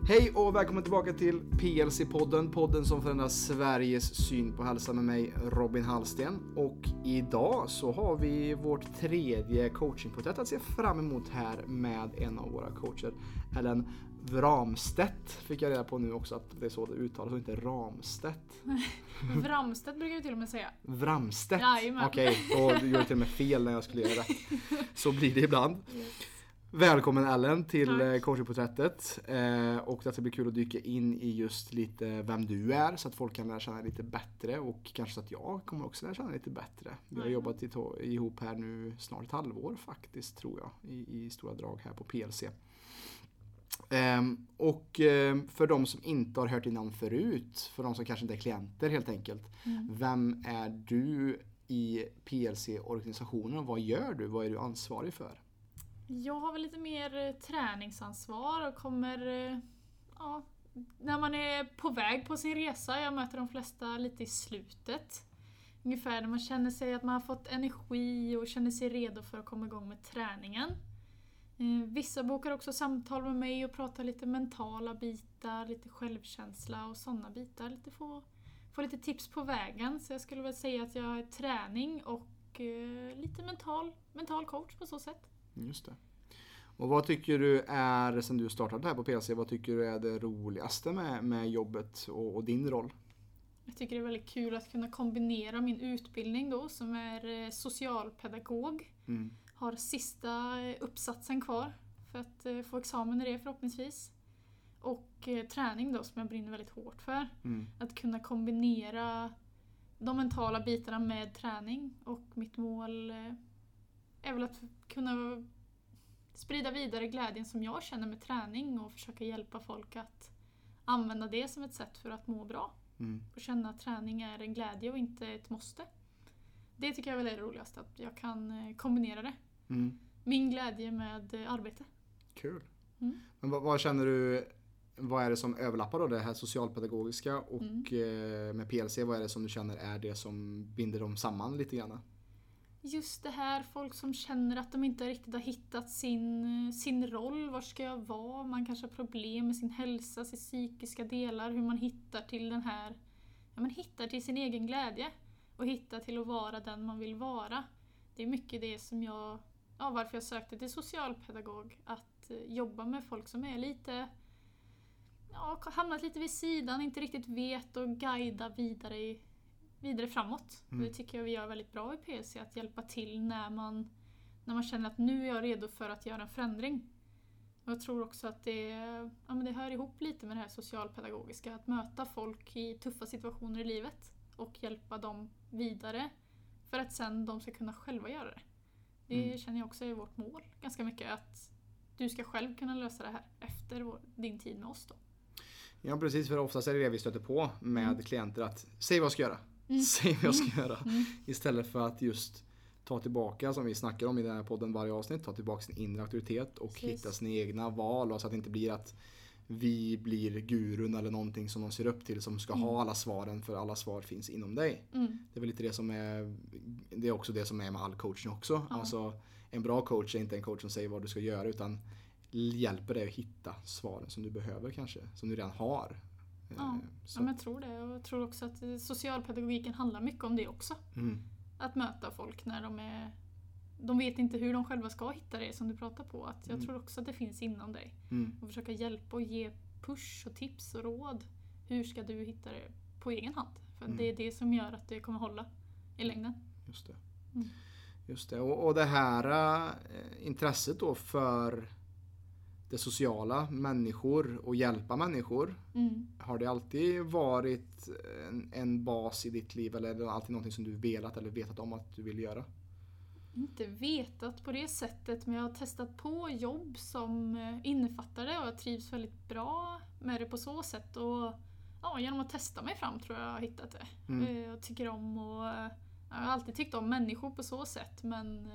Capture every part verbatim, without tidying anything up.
Hej och välkommen tillbaka till P L C-podden, podden som förändrar Sveriges syn på hälsa med mig, Robin Hallsten. Och idag så har vi vårt tredje coachingporträtt att se fram emot här med en av våra coacher, Ellen Wramstedt. Fick jag reda på nu också att det är så det uttalas och inte Ramstedt. Wramstedt brukar jag till och med säga. Wramstedt? Jajamän. Okej, och du gjorde till och med fel när jag skulle göra rätt. Så blir det ibland. Yes. Välkommen Ellen till Tack. Coachingporträttet, eh, och det ska bli kul att dyka in i just lite vem du är så att folk kan lära känna lite bättre och kanske så att jag kommer också lära känna lite bättre. Vi har mm. jobbat i to- ihop här nu snart ett halvår faktiskt tror jag i, i stora drag här på P L C. Eh, och eh, för de som inte har hört din namn förut, för de som kanske inte är klienter helt enkelt, mm. vem är du i P L C-organisationen och vad gör du? Vad är du ansvarig för? Jag har väl lite mer träningsansvar och kommer, ja, när man är på väg på sin resa, jag möter de flesta lite i slutet. Ungefär när man känner sig att man har fått energi och känner sig redo för att komma igång med träningen. Vissa bokar också samtal med mig och pratar lite mentala bitar, lite självkänsla och sådana bitar. Lite få, få lite tips på vägen, så jag skulle väl säga att jag är träning och eh, lite mental, mental coach på så sätt. Just det. Och vad tycker du är, sen du startade här på P L C, vad tycker du är det roligaste med, med jobbet och, och din roll? Jag tycker det är väldigt kul att kunna kombinera min utbildning då, som är socialpedagog. Mm. Har sista uppsatsen kvar för att få examen i det förhoppningsvis. Och träning då, som jag brinner väldigt hårt för. Mm. Att kunna kombinera de mentala bitarna med träning, och mitt mål är väl att kunna sprida vidare glädjen som jag känner med träning och försöka hjälpa folk att använda det som ett sätt för att må bra. Mm. Och känna att träning är en glädje och inte ett måste. Det tycker jag väl är det roligaste, att jag kan kombinera det. Mm. Min glädje med arbete. Kul. Mm. Men vad, vad känner du, vad är det som överlappar då det här socialpedagogiska och mm. med P L C, vad är det som du känner är det som binder dem samman lite grann? Just det här, folk som känner att de inte riktigt har hittat sin, sin roll. Var ska jag vara? Man kanske har problem med sin hälsa, sin psykiska delar. Hur man hittar till den här, ja, man hittar till sin egen glädje. Och hittar till att vara den man vill vara. Det är mycket det som jag, ja, varför jag sökte till socialpedagog. Att jobba med folk som är lite, ja, hamnat lite vid sidan, inte riktigt vet och guida vidare i vidare framåt. Mm. Det tycker jag vi gör väldigt bra i P L C, att hjälpa till när man, när man känner att nu är jag redo för att göra en förändring. Och jag tror också att det, ja, men det hör ihop lite med det här socialpedagogiska, att möta folk i tuffa situationer i livet och hjälpa dem vidare för att sen de ska kunna själva göra det. Det mm. känner jag också är vårt mål ganska mycket, att du ska själv kunna lösa det här efter vår, din tid med oss då. Ja precis, för oftast är det det vi stöter på med mm. klienter, att säg vad jag ska göra. Mm. Säg vad jag ska göra. Mm. Istället för att just ta tillbaka, som vi snackar om i den här podden varje avsnitt, ta tillbaka sin inre auktoritet och Precis. hitta sina egna val, och så att det inte blir att vi blir gurun eller någonting som de ser upp till som ska mm. ha alla svaren, för alla svar finns inom dig. Mm. Det är väl lite det som är, det är också det som är med all coaching också. Ja. Alltså en bra coach är inte en coach som säger vad du ska göra, utan hjälper dig att hitta svaren som du behöver kanske, som du redan har. Ja, så. Ja, men jag tror det. Jag tror också att socialpedagogiken handlar mycket om det också. Mm. Att möta folk när de är, de vet inte hur de själva ska hitta det som du pratar på. Att jag mm. tror också att det finns inom dig. Mm. Och försöka hjälpa och ge push och tips och råd. Hur ska du hitta det på egen hand? För mm. det är det som gör att det kommer hålla i längden. Just det. Mm. Just det. Och, och det här äh, intresset då för det sociala, människor och hjälpa människor. Mm. Har det alltid varit en, en bas i ditt liv, eller är det alltid någonting som du velat eller vetat om att du vill göra? Inte vetat på det sättet, men jag har testat på jobb som innefattar det och jag trivs väldigt bra med det på så sätt. Och ja, genom att testa mig fram tror jag jag har hittat det. Mm. Jag tycker om och jag har alltid tyckt om människor på så sätt, men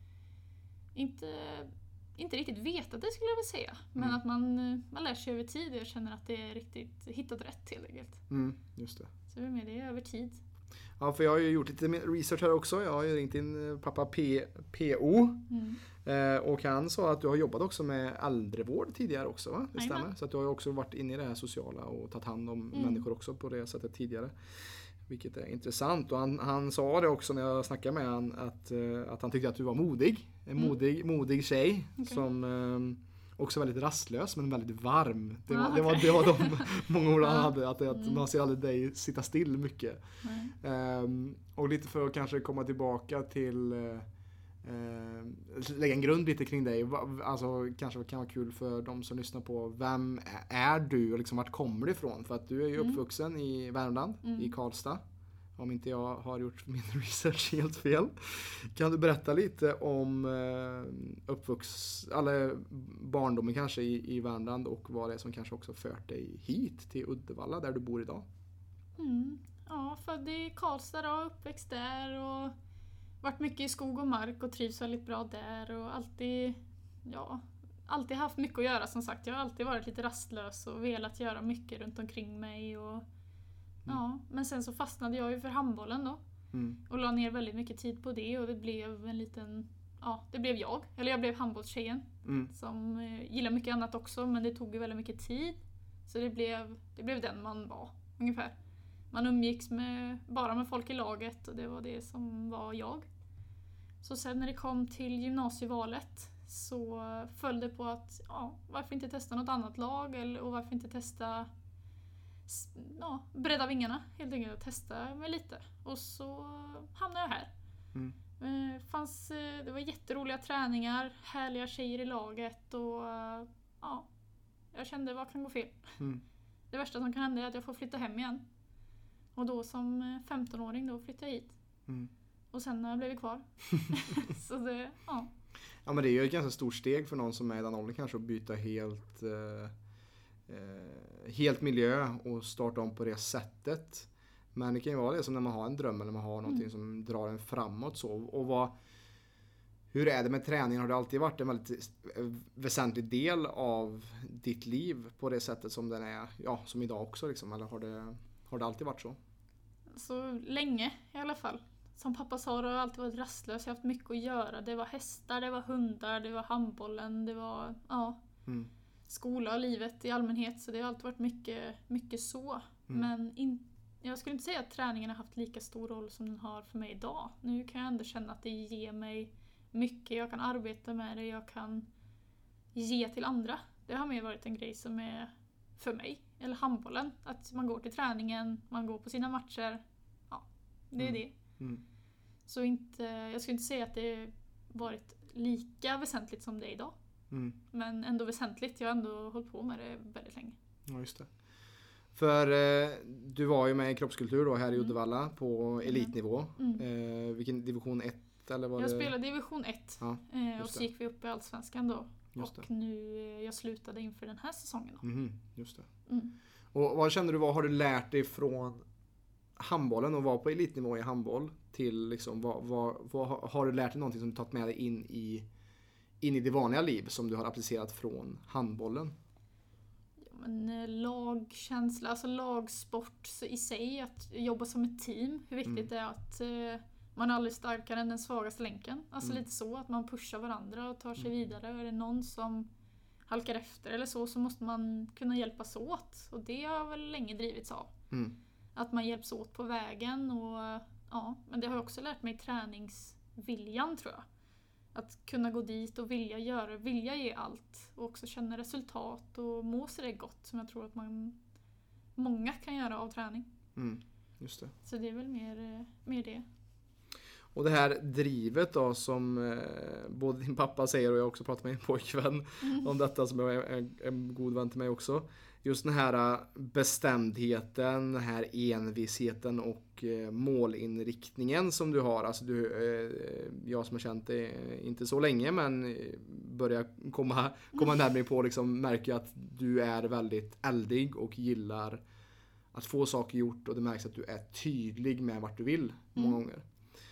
inte inte riktigt vetat det skulle jag väl säga. Men mm. att man, man lär sig över tid och jag känner att det är riktigt hittat rätt helt enkelt. Mm, just det. Så det är med det över tid. Ja, för jag har ju gjort lite research här också. Jag har ju ringt in pappa P, PO. Mm. Eh, och han sa att du har jobbat också med äldrevård tidigare också, va? Det Amen. stämmer. Så att du har ju också varit inne i det här sociala och tagit hand om Mm. människor också på det sättet tidigare. Vilket är intressant. Och han, han sa det också när jag snackade med han att, eh, att han tyckte att du var modig. En Mm. modig, modig tjej Okay. som eh, också väldigt rastlös men väldigt varm. Det var, Ah, det var, okay. det var de många ord han Ah, hade. Att, att mm. man ser aldrig dig sitta still mycket. Nej. Um, och lite för att kanske komma tillbaka till uh, uh, lägga en grund lite kring dig. Va, alltså kanske kan vara kul för de som lyssnar på. Vem är du och liksom vart kommer du ifrån? För att du är ju Mm. uppvuxen i Värmland, Mm. i Karlstad. Om inte jag har gjort min research helt fel. Kan du berätta lite om uh, uppvux, eller barndomen kanske i, i Värmland och vad det är som kanske också fört dig hit till Uddevalla där du bor idag? Mm. Ja, född i Karlstad då, uppväxt där och varit mycket i skog och mark och trivs väldigt bra där och alltid, ja, alltid haft mycket att göra som sagt. Jag har alltid varit lite rastlös och velat göra mycket runt omkring mig och ja, men sen så fastnade jag ju för handbollen då Mm. och la ner väldigt mycket tid på det och det blev en liten, ja, det blev jag, eller jag blev handbollstjejen Mm. som eh, gillar mycket annat också men det tog ju väldigt mycket tid så det blev, det blev den man var ungefär. Man umgicks med, bara med folk i laget och det var det som var jag. Så sen när det kom till gymnasievalet så föll det på att ja, varför inte testa något annat lag eller, och varför inte testa ja, bredda vingarna helt enkelt och testa mig lite. Och så hamnade jag här. Mm. Eh, fanns, det var jätteroliga träningar, härliga tjejer i laget och ja, jag kände vad kan gå fel. Mm. Det värsta som kan hända är att jag får flytta hem igen. Och då som femtonåring då flyttade jag hit. Mm. Och sen har jag blivit kvar. Så det, ja. Ja, men det är ju ett ganska stort steg för någon som är i den åldern kanske att byta helt eh, eh, helt miljö och starta om på det sättet. Men det kan ju vara det som när man har en dröm eller man har någonting Mm. som drar en framåt så. Och vad, hur är det med träningen? Har det alltid varit en väldigt väsentlig del av ditt liv på det sättet som den är, ja, som idag också liksom? Eller har det, har det alltid varit så? Så länge i alla fall. Som pappa sa, det har alltid varit rastlös. Jag har haft mycket att göra. Det var hästar, det var hundar, det var handbollen, det var ja, Mm. skola och livet i allmänhet. Så det har alltid varit mycket, mycket så. Mm. Men in, jag skulle inte säga att träningen har haft lika stor roll som den har för mig idag. Nu kan jag ändå känna att det ger mig mycket. Jag kan arbeta med det, jag kan ge till andra. Det har mer varit en grej som är för mig. Eller handbollen. Att man går till träningen, man går på sina matcher. Ja, det är Mm. det. Mm. Så inte, jag skulle inte säga att det varit lika väsentligt som det är idag. Mm. Men ändå väsentligt. Jag har ändå hållit på med det väldigt länge. Ja, just det. För eh, du var ju med i kroppskultur då här i Mm. Uddevalla på elitnivå. Mm. Eh, vilken division ett eller var Jag det? spelade division ett Ja, eh, och just så det. gick vi upp i Allsvenskan då. Just Och det. nu, eh, jag slutade inför den här säsongen då. Mhm, just det. Mm. Och vad känner du, vad har du lärt dig från handbollen och vara på elitnivå i handboll till liksom, vad, vad, vad har- har du lärt dig någonting som du tagit med dig in i, in i det vanliga liv som du har applicerat från handbollen? Ja, men eh, lagkänsla, alltså lagsport i sig, att jobba som ett team. Hur viktigt Mm. det är att eh, man är aldrig starkare än den svagaste länken. Alltså Mm. lite så, att man pushar varandra och tar sig Mm. vidare. Är det någon som halkar efter eller så, så måste man kunna hjälpas åt. Och det har väl länge drivits av. Mm. Att man hjälps åt på vägen. Och, ja, men det har också lärt mig träningsviljan, tror jag. Att kunna gå dit och vilja göra, vilja ge allt. Och också känna resultat och må sig det gott, som jag tror att man många kan göra av träning. Mm. Just det. Så det är väl mer, eh, mer det. Och det här drivet då som eh, både din pappa säger och jag också pratat med en pojkvän Mm. om detta som är en, en god vän till mig också. Just den här bestämdheten, den här envisheten och eh, målinriktningen som du har. Alltså du, eh, jag som har känt det inte så länge men eh, börjar komma, komma närmare på liksom, märker att du är väldigt eldig och gillar att få saker gjort och det märks att du är tydlig med vart du vill många Mm. gånger.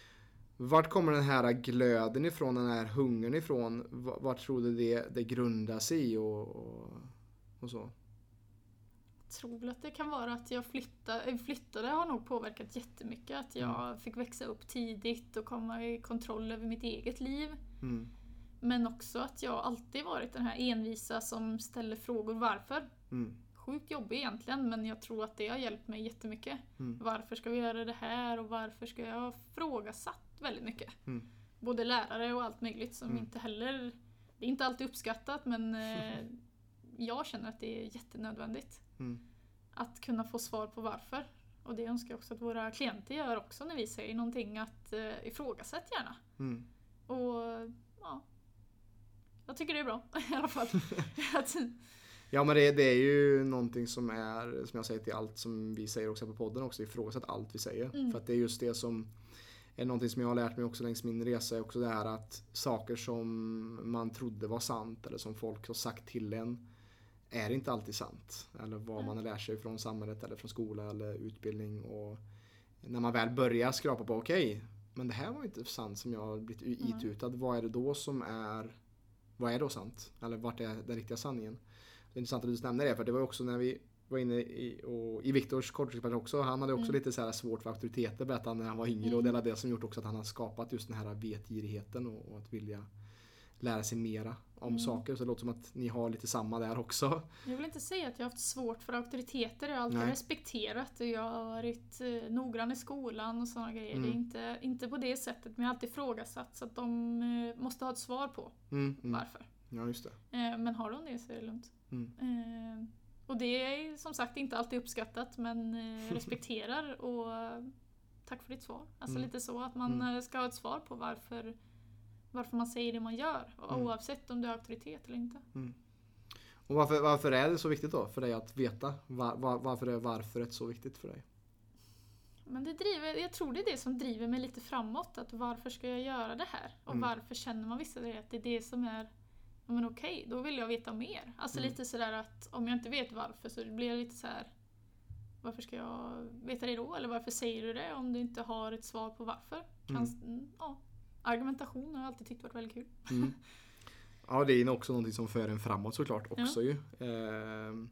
Vart kommer den här glöden ifrån, den här hungern ifrån? Vart tror du det, det grundar sig i och, och, och så? tror väl att det kan vara att jag flyttade, flyttade har nog påverkat jättemycket. Att jag mm. fick växa upp tidigt och komma i kontroll över mitt eget liv. Mm. Men också att jag alltid varit den här envisa som ställer frågor varför. Mm. Sjukt jobbig egentligen, men jag tror att det har hjälpt mig jättemycket. Mm. Varför ska vi göra det här och varför ska jag ha frågasatt väldigt mycket. Mm. Både lärare och allt möjligt som Mm. inte heller, det är inte alltid uppskattat, men eh, jag känner att det är jättenödvändigt. Mm. Att kunna få svar på varför. Och det önskar jag också att våra klienter gör också när vi säger någonting, att eh, ifrågasätt gärna. Mm. Och ja, jag tycker det är bra i alla fall. att, Ja, men det, det är ju någonting som är, som jag säger till allt som vi säger också på podden också, ifrågasätt allt vi säger. Mm. För att det är just det som är någonting som jag har lärt mig också längs min resa, är också det här att saker som man trodde var sant eller som folk har sagt till en är inte alltid sant. Eller vad Mm. man har lärt sig från samhället eller från skola eller utbildning. Och när man väl börjar skrapa på, okej, okay, men det här var inte sant som jag har blivit itutad. Mm. Vad är det då som är, vad är då sant? Eller vart är den riktiga sanningen? Det är intressant att du nämner det, för det var också när vi var inne i, och i Viktors korttidsparti också, han hade också mm. lite så här svårt för auktoriteter, berättade han när han var yngre, mm. och det är det som gjort också att han har skapat just den här vetgirigheten och, och att vilja lära sig mera om mm. saker, så det låter som att ni har lite samma där också. Jag vill inte säga att jag har haft svårt för auktoriteter, jag har alltid Nej. respekterat och jag har varit eh, noggrann i skolan och sådana grejer. Mm. Det är inte, inte på det sättet, men jag har alltid frågasatt så att de eh, måste ha ett svar på Mm. Mm. varför. Ja, just det. Eh, men har de det så är det lugnt. Mm. Eh, och det är som sagt inte alltid uppskattat, men eh, respekterar och eh, tack för ditt svar. Alltså Mm. lite så att man Mm. eh, ska ha ett svar på varför, varför man säger det man gör, Mm. oavsett om det är auktoritet eller inte. Mm. Och varför, varför är det så viktigt då för dig att veta? Var, var, varför är varför så viktigt för dig? Men det driver, jag tror det är det som driver mig lite framåt, att varför ska jag göra det här? Och Mm. varför känner man vissa grejer? Att det är det som är, ja men okej, då vill jag veta mer. Alltså Mm. lite sådär att om jag inte vet varför så blir det lite så här: varför ska jag veta det då? Eller varför säger du det om du inte har ett svar på varför? Kan, mm. ja, argumentation har jag alltid tyckt varit väldigt kul. Mm. Ja, det är också någonting som för en framåt såklart också Ja. ju. Ehm,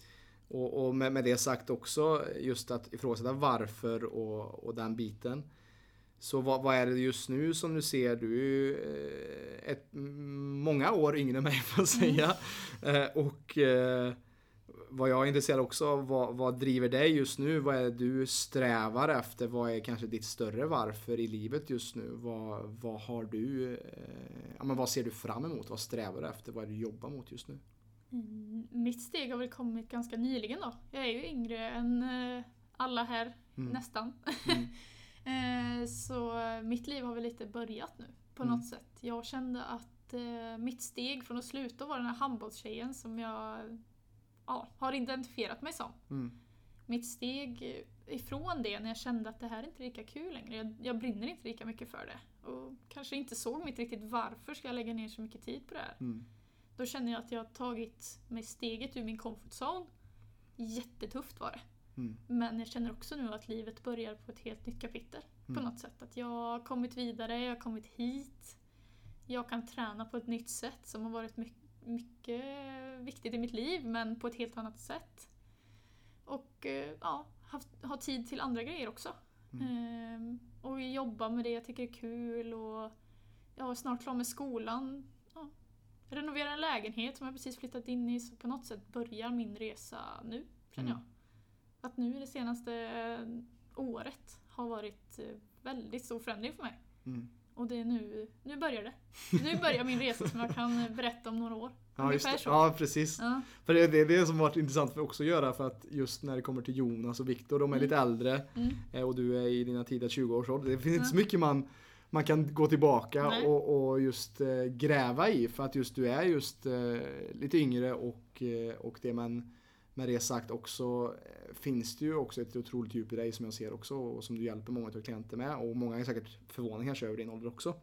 och och med, med det sagt också, just att ifrågasätta varför och, och den biten. Så vad, vad är det just nu som du ser? Du är ju eh, ett, många år yngre än mig får jag säga. Mm. Eh, och eh, vad jag är intresserad också av, vad, vad driver dig just nu? Vad är det du strävar efter? Vad är kanske ditt större varför i livet just nu? Vad, vad har du, eh, ja, men vad ser du fram emot? Vad strävar du efter? Vad är det du jobbar mot just nu? Mm, mitt steg har väl kommit ganska nyligen då. Jag är ju yngre än eh, alla här, Mm. nästan. Mm. eh, så mitt liv har väl lite börjat nu på Mm. något sätt. Jag kände att eh, mitt steg från att sluta vara den här handbollstjejen som jag ja, har identifierat mig som. Mm. Mitt steg ifrån det när jag kände att det här är inte lika kul längre. Jag, jag brinner inte lika mycket för det. Och kanske inte såg mitt riktigt varför ska jag lägga ner så mycket tid på det här. Mm. Då känner jag att jag har tagit mig steget ur min comfort zone. Jättetufft var det. Mm. Men jag känner också nu att livet börjar på ett helt nytt kapitel. Mm. På något sätt. Att jag har kommit vidare, jag har kommit hit. Jag kan träna på ett nytt sätt som har varit mycket, mycket viktigt i mitt liv, men på ett helt annat sätt. Och ja, haft, ha tid till andra grejer också. Mm. Ehm, och jobba med det jag tycker är kul. Och jag är snart klar med skolan. Ja. Renovera en lägenhet som jag precis flyttat in i. Så på något sätt börjar min resa nu, känner Mm. jag. Att nu det senaste året har varit väldigt stor förändring för mig. Mm. Och det är nu, nu börjar det. Nu börjar min resa som jag kan berätta om några år. Ja, just Ungefär det. så. Ja, precis. Ja. För det är det, det som har varit intressant för också att göra, för att just när det kommer till Jonas och Viktor, de är Mm. lite äldre Mm. eh, och du är i dina tidiga tjugo-årsåldern. Det finns inte Ja. så mycket man, man kan gå tillbaka Nej. och, och just eh, gräva i, för att just du är just eh, lite yngre och, eh, och det man med det sagt också eh, finns det ju också ett otroligt djup i dig som jag ser också och som du hjälper många av klienter med, och många är säkert förvånade kanske över din ålder också.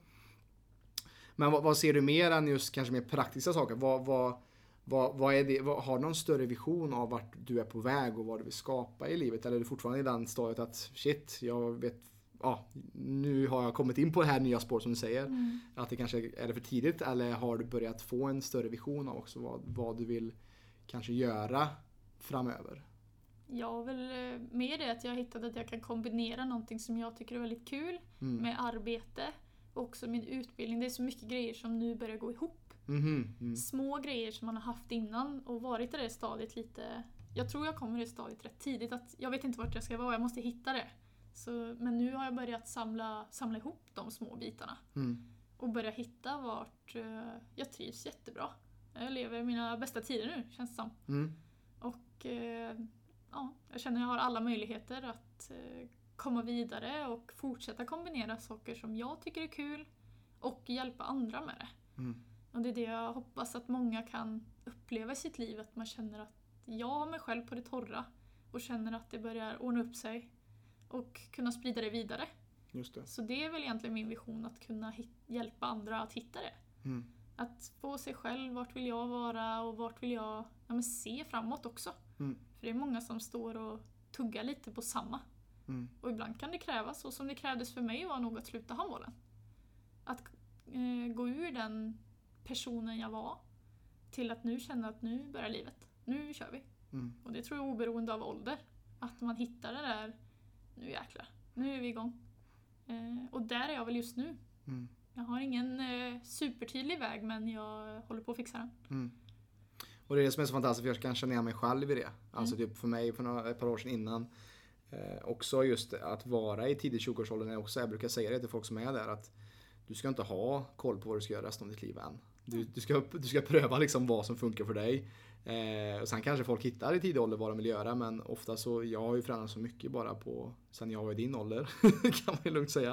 Men vad, vad ser du mer än just kanske mer praktiska saker? Vad, vad, vad, vad är det, vad, har du någon större vision av vart du är på väg och vad du vill skapa i livet? Eller är du fortfarande i den stadiet att shit, jag vet, ja, nu har jag kommit in på det här nya spår som du säger. Mm. Att det kanske är det för tidigt, eller har du börjat få en större vision av också vad, vad du vill kanske göra framöver? Jag väl eh, med det att jag har hittat att jag kan kombinera någonting som jag tycker är väldigt kul Mm. med arbete och också min utbildning. Det är så mycket grejer som nu börjar gå ihop. Mhm, mm. Små grejer som man har haft innan och varit i det stadiet lite. Jag tror jag kommer i det stadiet rätt tidigt att jag vet inte vart jag ska vara, jag måste hitta det. Så, men nu har jag börjat samla, samla ihop de små bitarna Mm. och börja hitta vart eh, jag trivs jättebra. Jag lever mina bästa tider nu, känns det som. Mm. Och eh, ja, jag känner att jag har alla möjligheter att eh, komma vidare och fortsätta kombinera saker som jag tycker är kul och hjälpa andra med det. Mm. Och det är det jag hoppas att många kan uppleva i sitt liv, att man känner att jag har mig själv på det torra och känner att det börjar ordna upp sig och kunna sprida det vidare. Just det. Så det är väl egentligen min vision, att kunna hit- hjälpa andra att hitta det. Mm. Att få sig själv, vart vill jag vara och vart vill jag ja, men se framåt också. Mm. För det är många som står och tuggar lite på samma. Mm. Och ibland kan det krävas, så som det krävdes för mig var nog att sluta ha målen. Att eh, gå ur den personen jag var till att nu känna att nu börjar livet. Nu kör vi. Mm. Och det tror jag oberoende av ålder. Att man hittar det där, nu jäklar, nu är vi igång. Eh, och där är jag väl just nu. Mm. Jag har ingen eh, supertydlig väg, men jag håller på att fixa den. Mm. Och det är det som är så fantastiskt, för jag kan känna igen mig själv i det. Alltså typ för mig för några, ett par år sedan innan. Eh, också just att vara i tidig tjugoårsåldern är också, jag brukar säga det till folk som är där, att du ska inte ha koll på vad du ska göra resten av ditt liv än. Du, du, ska, du ska pröva liksom vad som funkar för dig. Eh, och sen kanske folk hittar i tidig ålder vad de vill göra, men ofta så, jag har ju förändrats så mycket bara på, sen jag var i din ålder, kan man ju lugnt säga.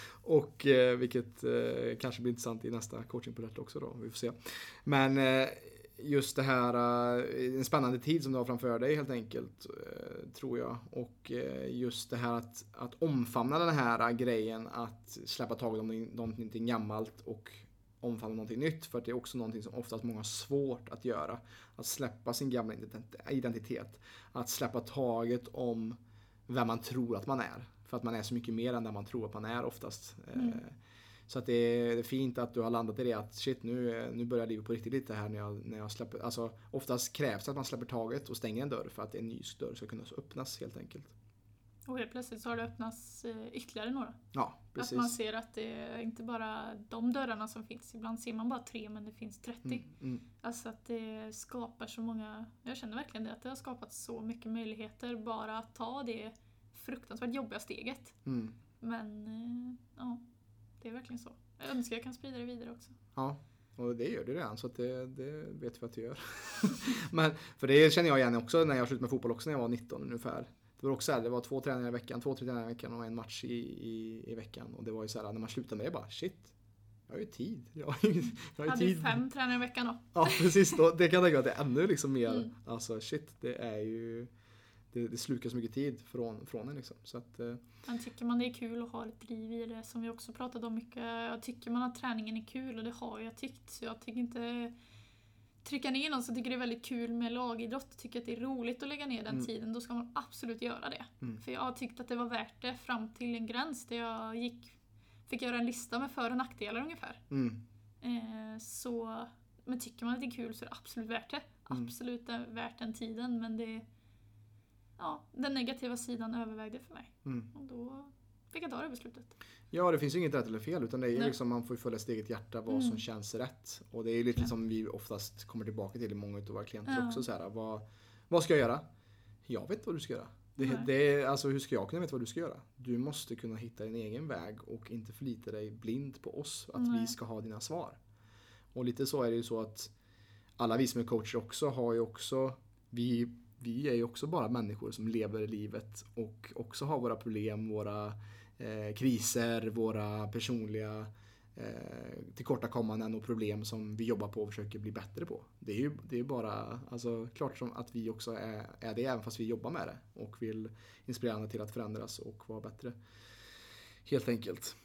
Och eh, vilket eh, kanske blir intressant i nästa coachingprojekt också då, vi får se. Men eh, just det här, eh, en spännande tid som du har framför dig helt enkelt, eh, tror jag. Och eh, just det här att, att omfamna den här grejen, att släppa taget om någonting gammalt och omfamna någonting nytt, för att det är också någonting som oftast många har svårt att göra. Att släppa sin gamla identitet. Att släppa taget om vem man tror att man är. För att man är så mycket mer än där man tror att man är oftast. Mm. Så att det är fint att du har landat i det, att shit, nu, nu börjar livet på riktigt lite här när jag, när jag släpper. Alltså oftast krävs att man släpper taget och stänger en dörr för att en ny dörr ska kunna öppnas helt enkelt. Och helt plötsligt så har det öppnats ytterligare några. Ja, precis. Att man ser att det är inte bara de dörrarna som finns. Ibland ser man bara tre, men det finns trettio. Mm, mm. Alltså att det skapar så många, jag känner verkligen det, att det har skapat så mycket möjligheter bara att ta det fruktansvärt jobbiga steget. Mm. Men ja, det är verkligen så. Jag önskar jag kan sprida det vidare också. Ja, och det gör du redan, så att det, det vet vi att du gör. Men för det känner jag igen också när jag slutade med fotboll också när jag var nitton ungefär. Det var också här, det var två träningar i veckan, två, tre träningar i veckan och en match i, i, i veckan. Och det var ju så här, när man slutade med det bara, shit, jag har ju tid. Jag har ju, jag har ju hade tid. ju fem träningar i veckan då. Ja, precis. Då, det kan jag tänka att det är ännu liksom mer, Mm. alltså shit, det är ju, det, det slukar så mycket tid från, från en liksom. Så att, eh, Men tycker man det är kul att ha ett driv i det, som vi också pratat om mycket. Jag tycker man att träningen är kul, och det har jag tyckt. Så jag tycker inte trycka ner någon som tycker det är väldigt kul med lagidrott, tycker att det är roligt att lägga ner den Mm. tiden, då ska man absolut göra det. Mm. För jag har tyckt att det var värt det fram till en gräns där jag gick, fick göra en lista med för- och nackdelar ungefär. mm, Eh, så, men tycker man att det är kul så är det absolut värt det. Mm. Absolut är värt den tiden, men det, ja, den negativa sidan övervägde för mig. mm. Och då fick jag ta det beslutet. Ja, det finns ju inget rätt eller fel, utan det är ju Nej. liksom, man får ju följa sitt eget hjärta vad Mm. som känns rätt. Och det är ju lite Ja. som vi oftast kommer tillbaka till i många av våra klienter Ja. också. Så här, vad, vad ska jag göra? Jag vet vad du ska göra. Det, Nej. det är, alltså, hur ska jag kunna veta vad du ska göra? Du måste kunna hitta din egen väg och inte förlita dig blind på oss, att Nej. vi ska ha dina svar. Och lite så är det ju så att alla vi som är coacher också har ju också, vi, vi är ju också bara människor som lever livet och också har våra problem, våra eh, kriser, våra personliga eh, tillkortakommanden och problem som vi jobbar på och försöker bli bättre på. Det är ju det är bara, alltså klart som att vi också är, är det, även fast vi jobbar med det och vill inspirera andra till att förändras och vara bättre. Helt enkelt.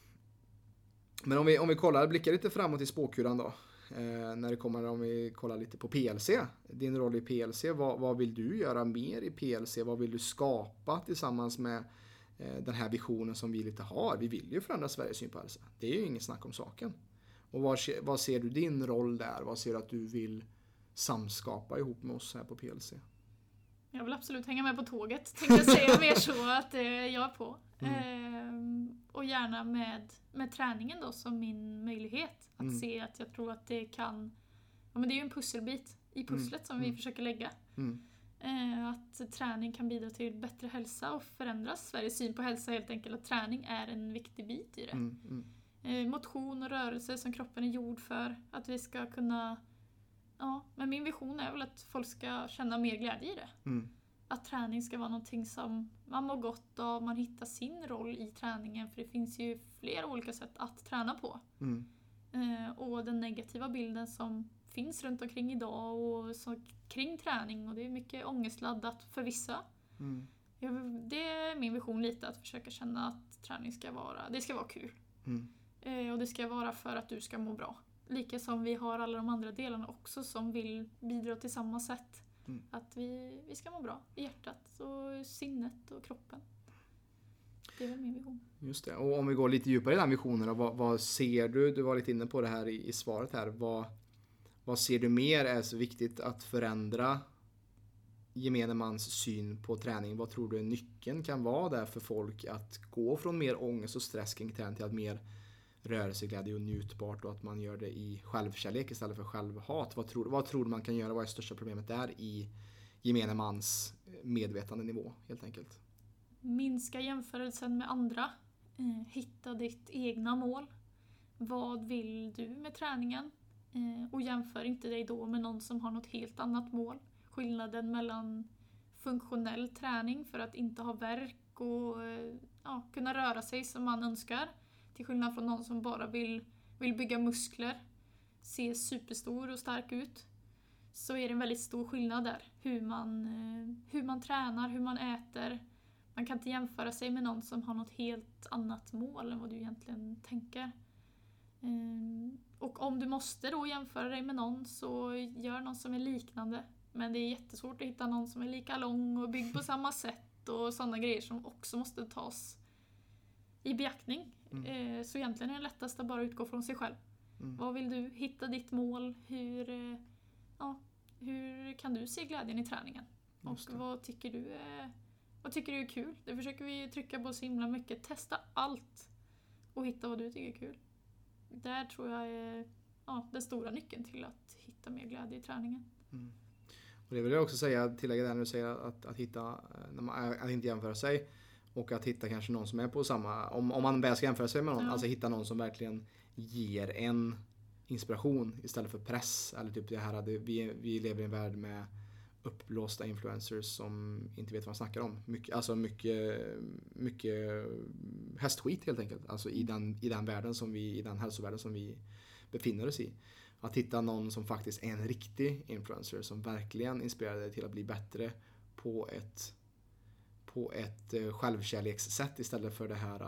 Men om vi, om vi kollar, blickar lite framåt i spåkulan då. Eh, när det kommer, om vi kollar lite på P L C, din roll i P L C, vad, vad vill du göra mer i P L C? Vad vill du skapa tillsammans med eh, den här visionen som vi lite har? Vi vill ju förändra Sveriges syn på hälsa. Det är ju ingen snack om saken. Och vad, vad ser du din roll där? Vad ser du att du vill samskapa ihop med oss här på P L C? Jag vill absolut hänga med på tåget. Tänkte jag säga mer så att eh, jag är på. Mm. Eh, och gärna med, med träningen då som min möjlighet. Att Mm. se att jag tror att det kan... Ja, men det är ju en pusselbit i pusslet Mm. som vi Mm. försöker lägga. Mm. Eh, att träning kan bidra till bättre hälsa och förändra Sveriges syn på hälsa helt enkelt. Att träning är en viktig bit i det. Mm. Mm. Eh, motion och rörelse som kroppen är gjord för. Att vi ska kunna... Ja, men min vision är väl att folk ska känna mer glädje i det. Mm. Att träning ska vara någonting som man mår gott av, man hittar sin roll i träningen. För det finns ju flera olika sätt att träna på. Mm. Eh, och den negativa bilden som finns runt omkring idag och så kring träning. Och det är mycket ångestladdat för vissa. Mm. Ja, det är min vision lite, att försöka känna att träning ska vara, det ska vara kul. Mm. Eh, och det ska vara för att du ska må bra. Lika som vi har alla de andra delarna också som vill bidra till samma sätt. Mm. Att vi, vi ska må bra i hjärtat och sinnet och kroppen. Det är väl min vision. Just det. Och om vi går lite djupare i den visionen då, vad, vad ser du, du var lite inne på det här i, i svaret här, vad, vad ser du mer är så viktigt att förändra gemene mans syn på träning? Vad tror du nyckeln kan vara där för folk att gå från mer ångest och stress kring träning till att mer rörelseglädje och njutbart, och att man gör det i självkärlek istället för självhat? Vad tror, vad tror du man kan göra? Vad är största problemet där i gemene mans medvetandenivå helt enkelt? Minska jämförelsen med andra. Eh, hitta ditt egna mål. Vad vill du med träningen? Eh, och jämför inte dig då med någon som har något helt annat mål. Skillnaden mellan funktionell träning för att inte ha värk och eh, ja, kunna röra sig som man önskar. Till skillnad från någon som bara vill, vill bygga muskler. Se superstor och stark ut. Så är det en väldigt stor skillnad där. Hur man, eh, hur man tränar, hur man äter. Man kan inte jämföra sig med någon som har något helt annat mål än vad du egentligen tänker. Um, och om du måste då jämföra dig med någon, så gör någon som är liknande. Men det är jättesvårt att hitta någon som är lika lång och byggd på samma sätt och sådana grejer som också måste tas i beaktning. Mm. Uh, så egentligen är det lättast att bara utgå från sig själv. Mm. Vad vill du? Hitta ditt mål. Hur, uh, ja, hur kan du se glädjen i träningen? Och vad tycker du är... Vad tycker du är kul? Det försöker vi trycka på så himla mycket. Testa allt och hitta vad du tycker är kul. Där tror jag är ja, den stora nyckeln till att hitta mer glädje i träningen. Mm. Och det vill jag också säga, tillägga där när du säger att, att hitta, när man, att inte jämföra sig och att hitta kanske någon som är på samma, om, om man väl ska jämföra sig med någon, Ja. alltså hitta någon som verkligen ger en inspiration istället för press. Eller typ det här att vi, vi lever i en värld med uppblåsta influencers som inte vet vad de snackar om. Mycket, alltså mycket, mycket hästskit helt enkelt. Alltså i den, i den världen som vi, i den hälsovärlden som vi befinner oss i. Att hitta någon som faktiskt är en riktig influencer som verkligen inspirerar dig till att bli bättre på ett, på ett självkärlekssätt istället för det här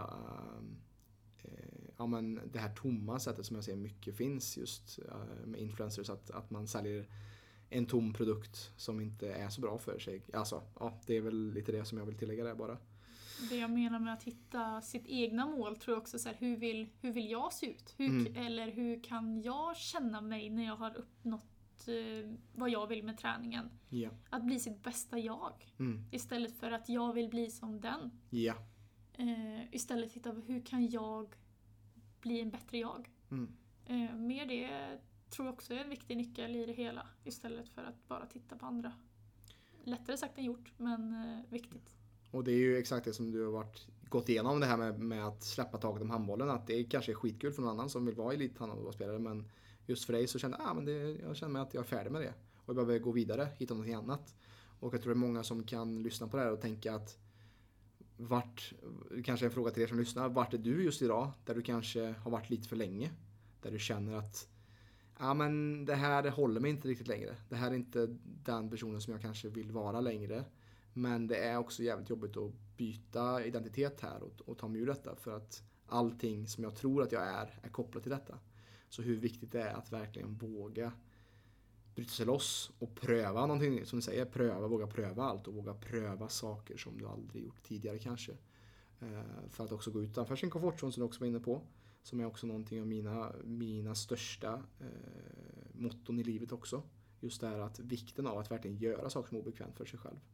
äh, ja, men det här tomma sättet som jag ser mycket finns just äh, med influencers, att, att man säljer en tom produkt som inte är så bra för sig. Alltså, ja, det är väl lite det som jag vill tillägga där bara. Det jag menar med att hitta sitt egna mål tror jag också så här, hur vill, hur vill jag se ut? Hur, Mm. Eller hur kan jag känna mig när jag har uppnått eh, vad jag vill med träningen? Ja. Att bli sitt bästa jag. Mm. Istället för att jag vill bli som den. Ja. Eh, istället hitta hur kan jag bli en bättre jag? Mm. Eh, mer det tror jag också är en viktig nyckel i det hela. Istället för att bara titta på andra. Lättare sagt än gjort, men eh, viktigt. Och det är ju exakt det som du har varit, gått igenom det här med, med att släppa taget om handbollen. Att det kanske är skitkul för någon annan som vill vara elithandbollsspelare, men just för dig så kände jag, ah, men det, jag känner mig att jag är färdig med det. Och jag behöver gå vidare, hitta något annat. Och jag tror det är många som kan lyssna på det här och tänka att vart, kanske en fråga till er som lyssnar, vart är du just idag där du kanske har varit lite för länge? Där du känner att ja, men det här håller mig inte riktigt längre. Det här är inte den personen som jag kanske vill vara längre. Men det är också jävligt jobbigt att byta identitet här och, och ta mig ur detta. För att allting som jag tror att jag är, är kopplat till detta. Så hur viktigt det är att verkligen våga bryta sig loss och pröva någonting. Som du säger, pröva, våga pröva allt. Och våga pröva saker som du aldrig gjort tidigare kanske. Eh, för att också gå utanför sin komfortzon som du också var inne på. Som är också någonting av mina, mina största eh, motton i livet också. Just det här att vikten av att verkligen göra saker som är obekvämt för sig själv.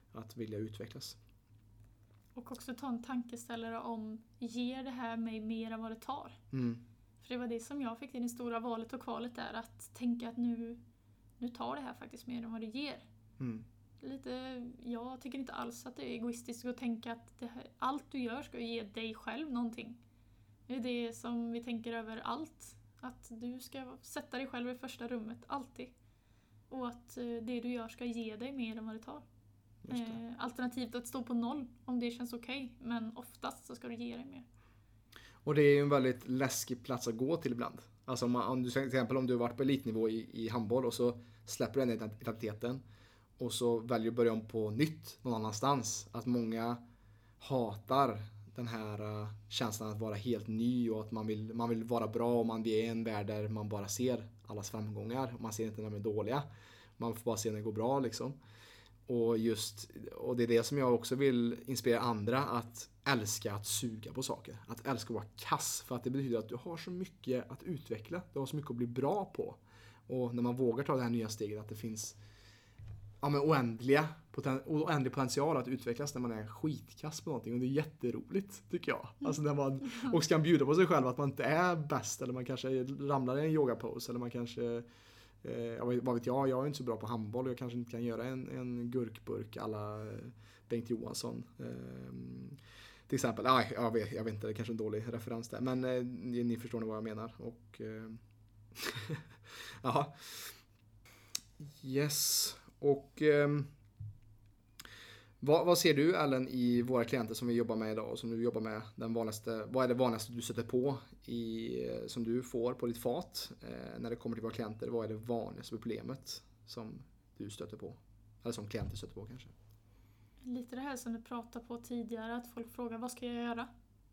att vilja utvecklas. Och också ta en tankeställare om, ger det här mig mer än vad det tar? Mm. För det var det som jag fick i det stora valet och kvalet där, att tänka att nu, nu tar det här faktiskt mer än vad det ger. Mm. Lite, jag tycker inte alls att det är egoistiskt att tänka att det här, allt du gör ska ge dig själv någonting. Det är det som vi tänker över allt. Att du ska sätta dig själv i första rummet, alltid. Och att det du gör ska ge dig mer än vad det tar. Eh, alternativt att stå på noll, om det känns okej. Okay, men oftast så ska du ge dig mer. Och det är ju en väldigt läskig plats att gå till ibland. Alltså om, man, om du till exempel om du har varit på elitnivå i, i handboll och så släpper du den identiteten och så väljer du att börja om på nytt någon annanstans. Att många hatar den här uh, känslan att vara helt ny och att man vill, man vill vara bra och man är i en värld där man bara ser allas framgångar. Man ser inte när de är dåliga. Man får bara se när det går bra liksom. Och just, och det är det som jag också vill inspirera andra att älska att suga på saker. Att älska att vara kass. För att det betyder att du har så mycket att utveckla. Du har så mycket att bli bra på. Och när man vågar ta det här nya steget att det finns ja, men oändliga, poten, oändlig potential att utvecklas när man är skitkass på någonting. Och det är jätteroligt tycker jag. Alltså när man också kan bjuda på sig själv att man inte är bäst. Eller man kanske ramlar i en yogapose. Eller man kanske... Eh, vad vet jag, jag är inte så bra på handboll och jag kanske inte kan göra en, en gurkburk alla Bengt Johansson eh, till exempel. Ah, jag, vet, jag vet inte, det är kanske en dålig referens där, men eh, ni, ni förstår nog vad jag menar. Och eh, jaha. Yes. Och eh, vad, vad ser du Ellen i våra klienter som vi jobbar med idag och som du jobbar med den vanligaste, vad är det vanligaste du sätter på i, som du får på ditt fat eh, när det kommer till våra klienter? Vad är det vanligaste problemet som du stöter på? Eller som klienter stöter på kanske? Lite det här som du pratade på tidigare, att folk frågar vad ska jag göra?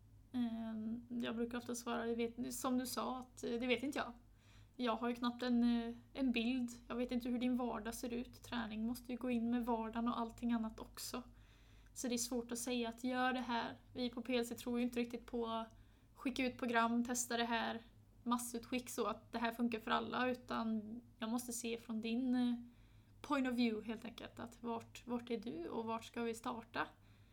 Eh, jag brukar ofta svara, det vet, som du sa, att det vet inte jag. Jag har ju knappt en, en bild. Jag vet inte hur din vardag ser ut. Träning måste ju gå in med vardagen och allting annat också. Så det är svårt att säga att gör det här. Vi på P L C tror ju inte riktigt på skicka ut program, testa det här, massutskick så att det här funkar för alla. Utan jag måste se från din point of view helt enkelt. Att vart, vart är du och vart ska vi starta?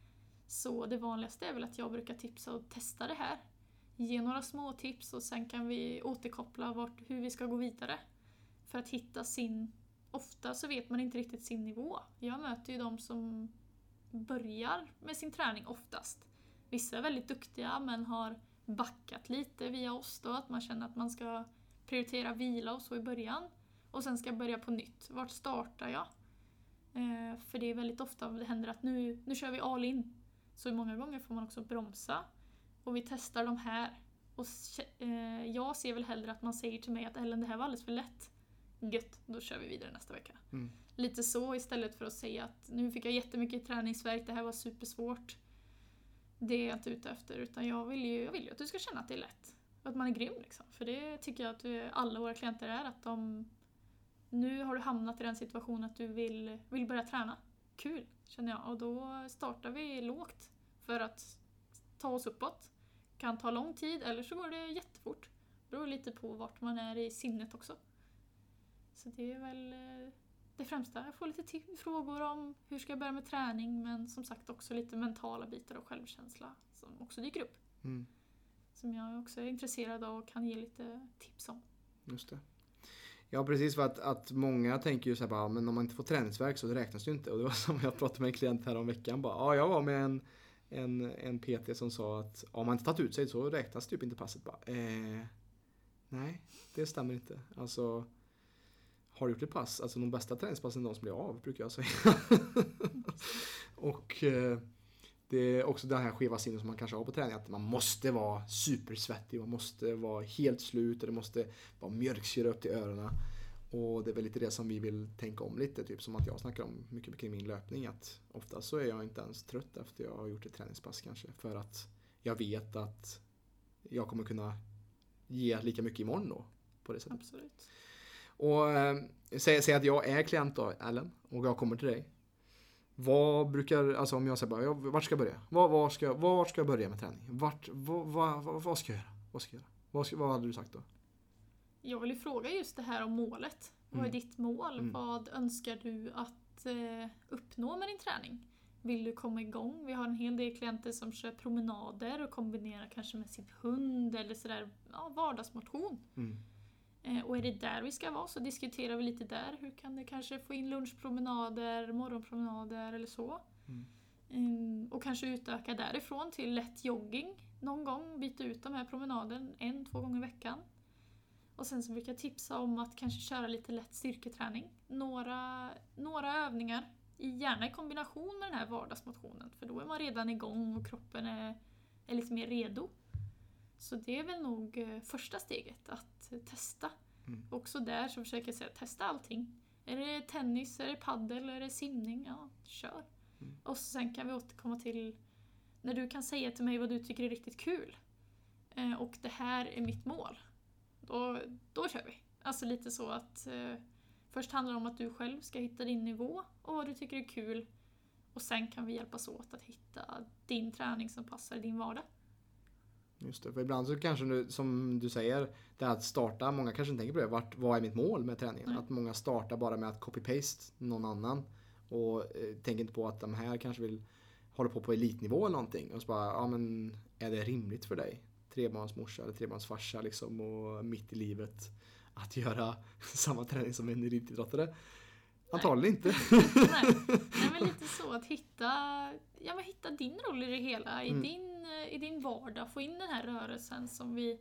Så det vanligaste är väl att jag brukar tipsa och testa det här. Ge några små tips och sen kan vi återkoppla vart, hur vi ska gå vidare. För att hitta sin... Ofta så vet man inte riktigt sin nivå. Jag möter ju de som börjar med sin träning oftast. Vissa är väldigt duktiga men har backat lite via oss då. Att man känner att man ska prioritera vila och så i början. Och sen ska jag börja på nytt. Vart startar jag? Eh, för det är väldigt ofta det händer att nu, nu kör vi all in. Så många gånger får man också bromsa. Och vi testar de här. Och eh, jag ser väl hellre att man säger till mig att Ellen, det här var alldeles för lätt. Gött, då kör vi vidare nästa vecka. Mm. Lite så istället för att säga att nu fick jag jättemycket träningsvärk, det här var supersvårt. Det är jag inte ute efter. Utan jag vill ju, jag vill ju att du ska känna att det är lätt. Att man är grym liksom. För det tycker jag att vi, alla våra klienter är. Att de, nu har du hamnat i den situationen att du vill, vill börja träna. Kul, känner jag. Och då startar vi lågt för att ta oss uppåt. Kan ta lång tid eller så går det jättefort. Det beror lite på vart man är i sinnet också. Så det är väl det främsta. Jag får lite t- frågor om hur ska jag börja med träning. Men som sagt också lite mentala bitar och självkänsla som också dyker upp. Mm. Som jag också är intresserad av och kan ge lite tips om. Just det. Ja, precis, för att, att många tänker ju så här bara, men om man inte får träningsverk så det räknas ju inte. Och det var som jag pratade med en klient här om veckan. Bara, ja, jag var med en, en, en P T som sa att om man inte tagit ut sig så räknas typ inte passet. Bara, eh, nej, det stämmer inte. Alltså, har du gjort ett pass? Alltså de bästa träningspassen är de som blir av, brukar jag säga. Och eh, det är också den här skeva sinnen som man kanske har på träning. Att man måste vara supersvettig. Man måste vara helt slut. Och det måste vara mjölksyra upp till öronen. Och det är väl lite det som vi vill tänka om lite. Typ som att jag snackar om mycket kring min löpning. Att ofta så är jag inte ens trött efter jag har gjort ett träningspass kanske. För att jag vet att jag kommer kunna ge lika mycket imorgon då. På det sättet. Absolut. Och äh, säg, säg att jag är klient då, Ellen. Och jag kommer till dig. Vad brukar, alltså om jag säger bara, vart ska jag börja? Var, var, ska, var ska jag börja med träning? Vart, vad, vad, vad, vad ska jag göra? Vad ska jag göra? Vad, ska, vad hade du sagt då? Jag vill ju fråga just det här om målet. Mm. Vad är ditt mål? Mm. Vad önskar du att eh, uppnå med din träning? Vill du komma igång? Vi har en hel del klienter som kör promenader och kombinerar kanske med sin hund eller sådär, ja, vardagsmotion. Mm. Eh, och är det där vi ska vara så diskuterar vi lite där. Hur kan du kanske få in lunchpromenader, morgonpromenader eller så. Mm. Mm, och kanske utöka därifrån till lätt jogging någon gång. Byta ut de här promenaden en, två gånger i veckan. Och sen så brukar jag tipsa om att kanske köra lite lätt styrketräning. Några, några övningar. Gärna i kombination med den här vardagsmotionen. För då är man redan igång och kroppen är, är lite mer redo. Så det är väl nog första steget att testa. Mm. Också där så försöker jag säga testa allting. Är det tennis, är det paddel, är det simning? Ja, kör. Mm. Och sen kan vi återkomma till när du kan säga till mig vad du tycker är riktigt kul. Eh, och det här är mitt mål. Då, då kör vi. Alltså lite så att eh, först handlar det om att du själv ska hitta din nivå och vad du tycker är kul. Och sen kan vi hjälpas åt att hitta din träning som passar i din vardag. Just det, för ibland så kanske nu, som du säger, det här att starta, många kanske inte tänker på det, vart, vad är mitt mål med träningen? Nej. Att många startar bara med att copy-paste någon annan och eh, tänker inte på att de här kanske vill hålla på på elitnivå eller någonting. Och så bara, ja men är det rimligt för dig? Trebarnsmorsa eller trebarnsfarsa liksom och mitt i livet att göra samma träning som en elitidrottare? Antagligen inte. Nej. Nej, men lite så att hitta, ja, men hitta din roll i det hela, i, mm. din, i din vardag. Få in den här rörelsen som vi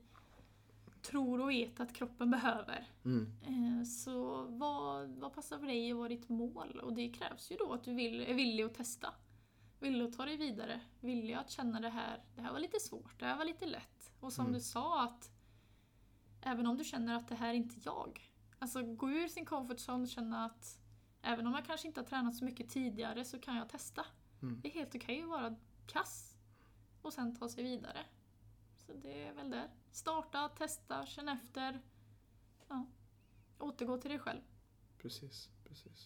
tror och vet att kroppen behöver. Mm. Så vad, vad passar för dig och vad är ditt mål? Och det krävs ju då att du vill, är villig att testa. Villig att ta dig vidare. Villig att känna det här. Det här var lite svårt, det här var lite lätt. Och som mm. du sa att även om du känner att det här är inte jag. Alltså gå ur sin comfort zone och känna att även om jag kanske inte har tränat så mycket tidigare så kan jag testa. Mm. Det är helt okej att vara kass. Och sen ta sig vidare. Så det är väl det. Starta, testa, känna efter. Ja. Återgå till dig själv. Precis, precis.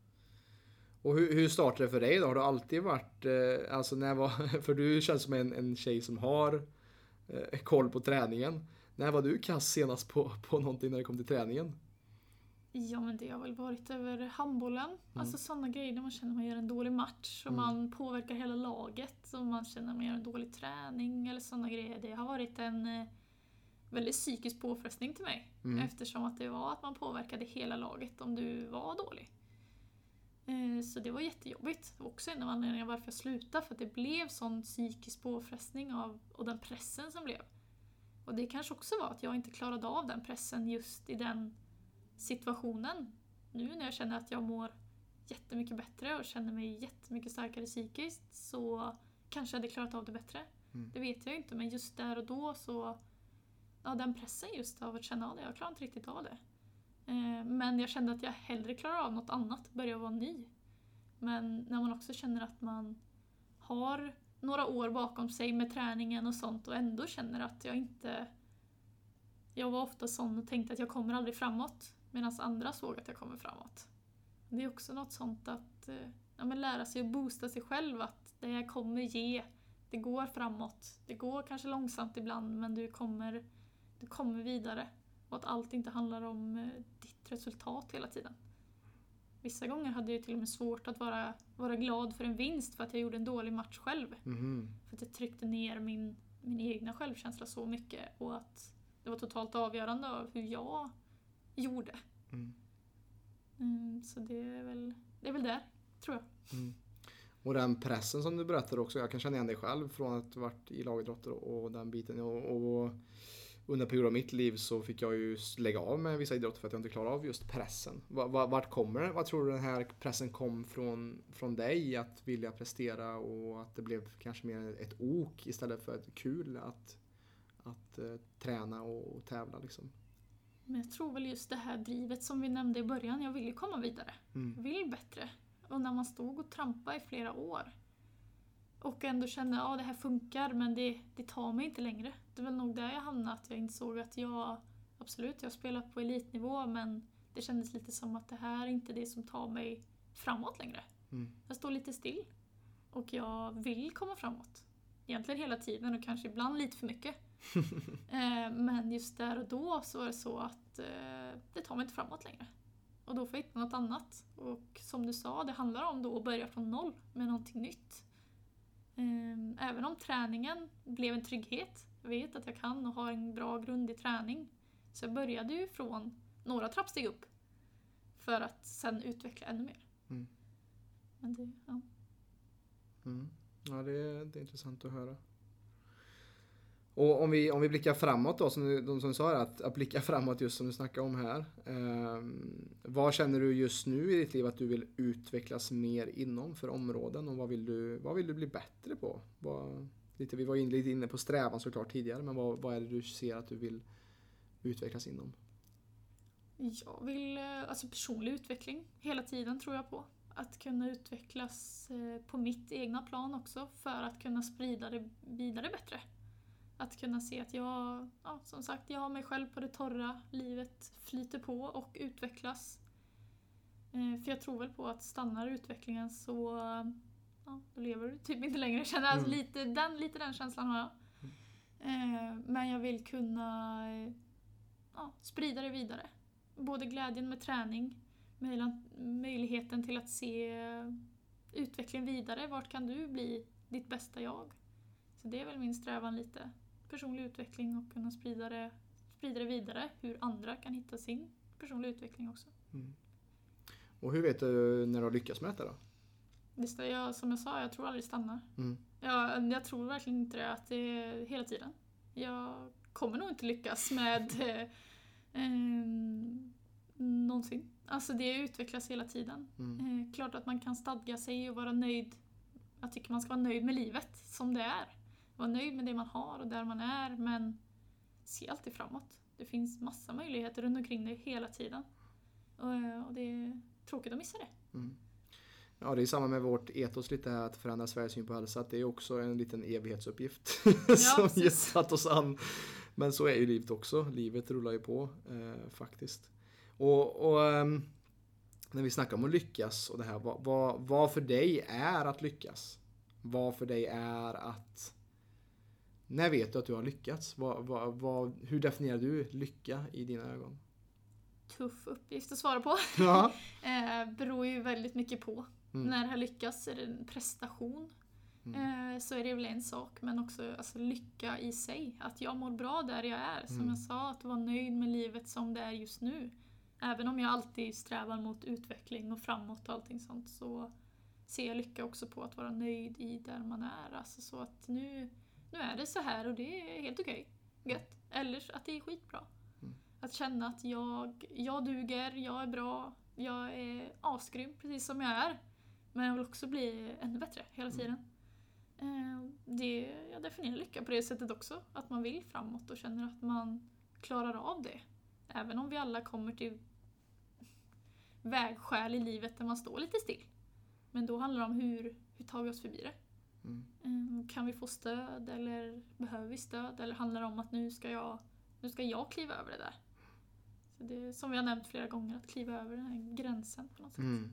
Och hur, hur startade det för dig då? Har du alltid varit, eh, alltså när var, för du känns som en, en tjej som har eh, koll på träningen. När var du kass senast på, på någonting när det kom till träningen? Ja, men det har väl varit över handbollen. Mm. Alltså sådana grejer där man känner att man gör en dålig match och mm. man påverkar hela laget och man känner att man gör en dålig träning eller sådana grejer. Det har varit en eh, väldigt psykisk påfrestning till mig. Mm. Eftersom att det var att man påverkade hela laget om du var dålig. Eh, så det var jättejobbigt. Det var också en av anledningarna varför jag slutade. För att det blev sån psykisk påfrestning av och den pressen som blev. Och det kanske också var att jag inte klarade av den pressen just i den situationen. Nu när jag känner att jag mår jättemycket bättre och känner mig jättemycket starkare psykiskt så kanske jag hade klarat av det bättre. Mm. Det vet jag inte, men just där och då så ja, den pressen just av att känna av det, jag klarar inte riktigt av det. Eh, men jag kände att jag hellre klarar av något annat, börja vara ny. Men när man också känner att man har några år bakom sig med träningen och sånt och ändå känner att jag inte jag var ofta sån och tänkte att jag kommer aldrig framåt. Medan andra såg att jag kommer framåt. Det är också något sånt att ja, men lära sig att boosta sig själv. Att det här kommer ge. Det går framåt. Det går kanske långsamt ibland men du kommer, du kommer vidare. Och att allt inte handlar om ditt resultat hela tiden. Vissa gånger hade jag till och med svårt att vara, vara glad för en vinst för att jag gjorde en dålig match själv. Mm. För att jag tryckte ner min, min egna självkänsla så mycket. Och att det var totalt avgörande av hur jag gjorde. Mm. Mm, så det är väl det är väl där, tror jag. Mm. Och den pressen som du berättade också, jag kan känna igen dig själv från att du varit i lagidrotter och, och den biten. Och, och under perioden av mitt liv så fick jag ju lägga av med vissa idrotter för att jag inte klarade av just pressen. Vart kommer det? Vad tror du den här pressen kom från, från dig att vilja prestera och att det blev kanske mer ett ok istället för ett kul att att uh, träna och, och tävla liksom. Men jag tror väl just det här drivet som vi nämnde i början. Jag vill ju komma vidare. Mm. Jag vill bättre. Och när man stod och trampade i flera år och ändå kände att ja, det här funkar men det, det tar mig inte längre. Det är väl nog där jag hamnade att jag insåg att jag absolut, jag spelar på elitnivå men det kändes lite som att det här är inte det som tar mig framåt längre. Mm. Jag står lite still och jag vill komma framåt. Egentligen hela tiden och kanske ibland lite för mycket. eh, men just där och då så var det så att eh, det tar mig inte framåt längre. Och då får jag hitta något annat. Och som du sa, det handlar om då att börja från noll med någonting nytt. Även om träningen blev en trygghet. Jag vet att jag kan och har en bra grund i träning. Så jag började ju från några trappsteg upp. För att sen utveckla ännu mer. Mm. Men det, ja. Mm. Ja, det är, det är intressant att höra. Och om vi, om vi blickar framåt då, som du, de som sa att, att blicka framåt just som du snackar om här. Eh, vad känner du just nu i ditt liv att du vill utvecklas mer inom för områden? Och vad vill du, vad vill du bli bättre på? Vad, lite, vi var in, lite inne på strävan såklart tidigare, men vad, vad är det du ser att du vill utvecklas inom? Jag vill, alltså personlig utveckling hela tiden tror jag på. Att kunna utvecklas på mitt egna plan också för att kunna sprida det vidare bättre. Att kunna se att jag, ja, som sagt, jag har mig själv på det torra, livet flyter på och utvecklas. För jag tror väl på att stannar utvecklingen så, ja, då lever du typ inte längre. Jag känner alltså Mm. lite, den, lite den känslan har jag. Mm. Men jag vill kunna, ja, sprida det vidare. Både glädjen med träning, möjligheten till att se utvecklingen vidare. Vart kan du bli ditt bästa jag? Så det är väl min strävan lite. Personlig utveckling och kunna sprida det, sprida det vidare. Hur andra kan hitta sin personliga utveckling också. Mm. Och hur vet du när du har lyckats med detta då? Det är jag, som jag sa, jag tror aldrig stannar. Mm. Jag, jag tror verkligen inte det, att det är hela tiden. Jag kommer nog inte lyckas med eh, eh, någonsin. Alltså det utvecklas hela tiden. Mm. Eh, klart att man kan stadga sig och vara nöjd. Jag tycker man ska vara nöjd med livet som det är. Vara nöjd med det man har och där man är, men se alltid framåt. Det finns massa möjligheter runt omkring dig hela tiden. Och, och det är tråkigt att missa det. Mm. Ja, det är samma med vårt etos lite här, att förändra Sveriges syn på hälsa. Att det är också en liten evighetsuppgift Ja, som precis. just satt oss an. Men så är ju livet också. Livet rullar ju på eh, faktiskt. Och, och um, när vi snackar om att lyckas och det här, vad, vad, vad för dig är att lyckas? Vad för dig är att... När vet du att du har lyckats? Vad, vad, vad, hur definierar du lycka i dina ögon? Tuff uppgift att svara på. Ja. eh, beror ju väldigt mycket på. Mm. När jag lyckas, är det en prestation. Mm. Eh, så är det väl en sak, men också alltså, lycka i sig. Att jag mår bra där jag är. Som Mm. jag sa, att vara nöjd med livet som det är just nu. Även om jag alltid strävar mot utveckling och framåt och allting sånt, så ser jag lycka också på att vara nöjd i där man är. Alltså så att nu, nu är det så här och det är helt okej. Gött. Eller att det är skitbra. Mm. Att känna att jag, jag duger, jag är bra, jag är asgrym precis som jag är. Men jag vill också bli ännu bättre hela tiden. Mm. Det, jag definierar lycka på det sättet också. Att man vill framåt och känner att man klarar av det. Även om vi alla kommer till vägskäl i livet där man står lite still. Men då handlar det om hur, hur tar vi oss förbi det. Mm. Kan vi få stöd eller behöver vi stöd? Eller handlar det om att nu ska jag, nu ska jag kliva över det där? Så det är som vi har nämnt flera gånger, att kliva över den här gränsen på något sätt. Mm.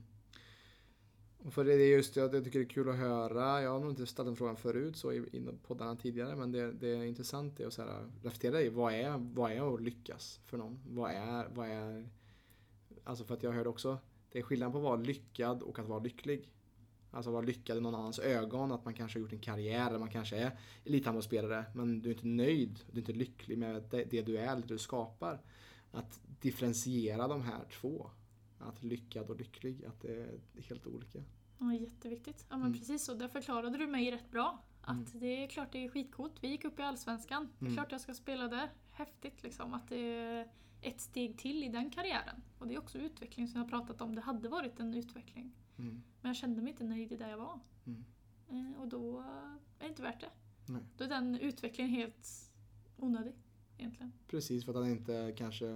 Och för det är just det, jag tycker det är kul att höra. Jag har nog inte ställt den frågan förut så i, i poddarna tidigare, men det, det är intressant det att så här, reflektera i vad är, vad är att lyckas för någon? Vad är, vad är, alltså för att jag hörde också, det är skillnad på att vara lyckad och att vara lycklig. Alltså vara lyckad i någon annans ögon, att man kanske har gjort en karriär, eller man kanske är elithandbollsspelare, men du är inte nöjd, du är inte lycklig med det, det du är, det du skapar. Att differentiera de här två. Att lyckad och lycklig, att det är helt olika. Ja, jätteviktigt. Ja, men Mm. precis så. Där förklarade du mig rätt bra. Att Mm. det är klart det är skitcoolt. Vi gick upp i Allsvenskan. Det är Mm. klart jag ska spela där. Häftigt liksom. Att det är ett steg till i den karriären. Och det är också utveckling som jag har pratat om. Det hade varit en utveckling. Mm. Men jag kände mig inte nöjd i där jag var. Mm. Eh, och då är det inte värt det. Nej. Då är den utvecklingen helt onödig. Egentligen. Precis, för att han inte kanske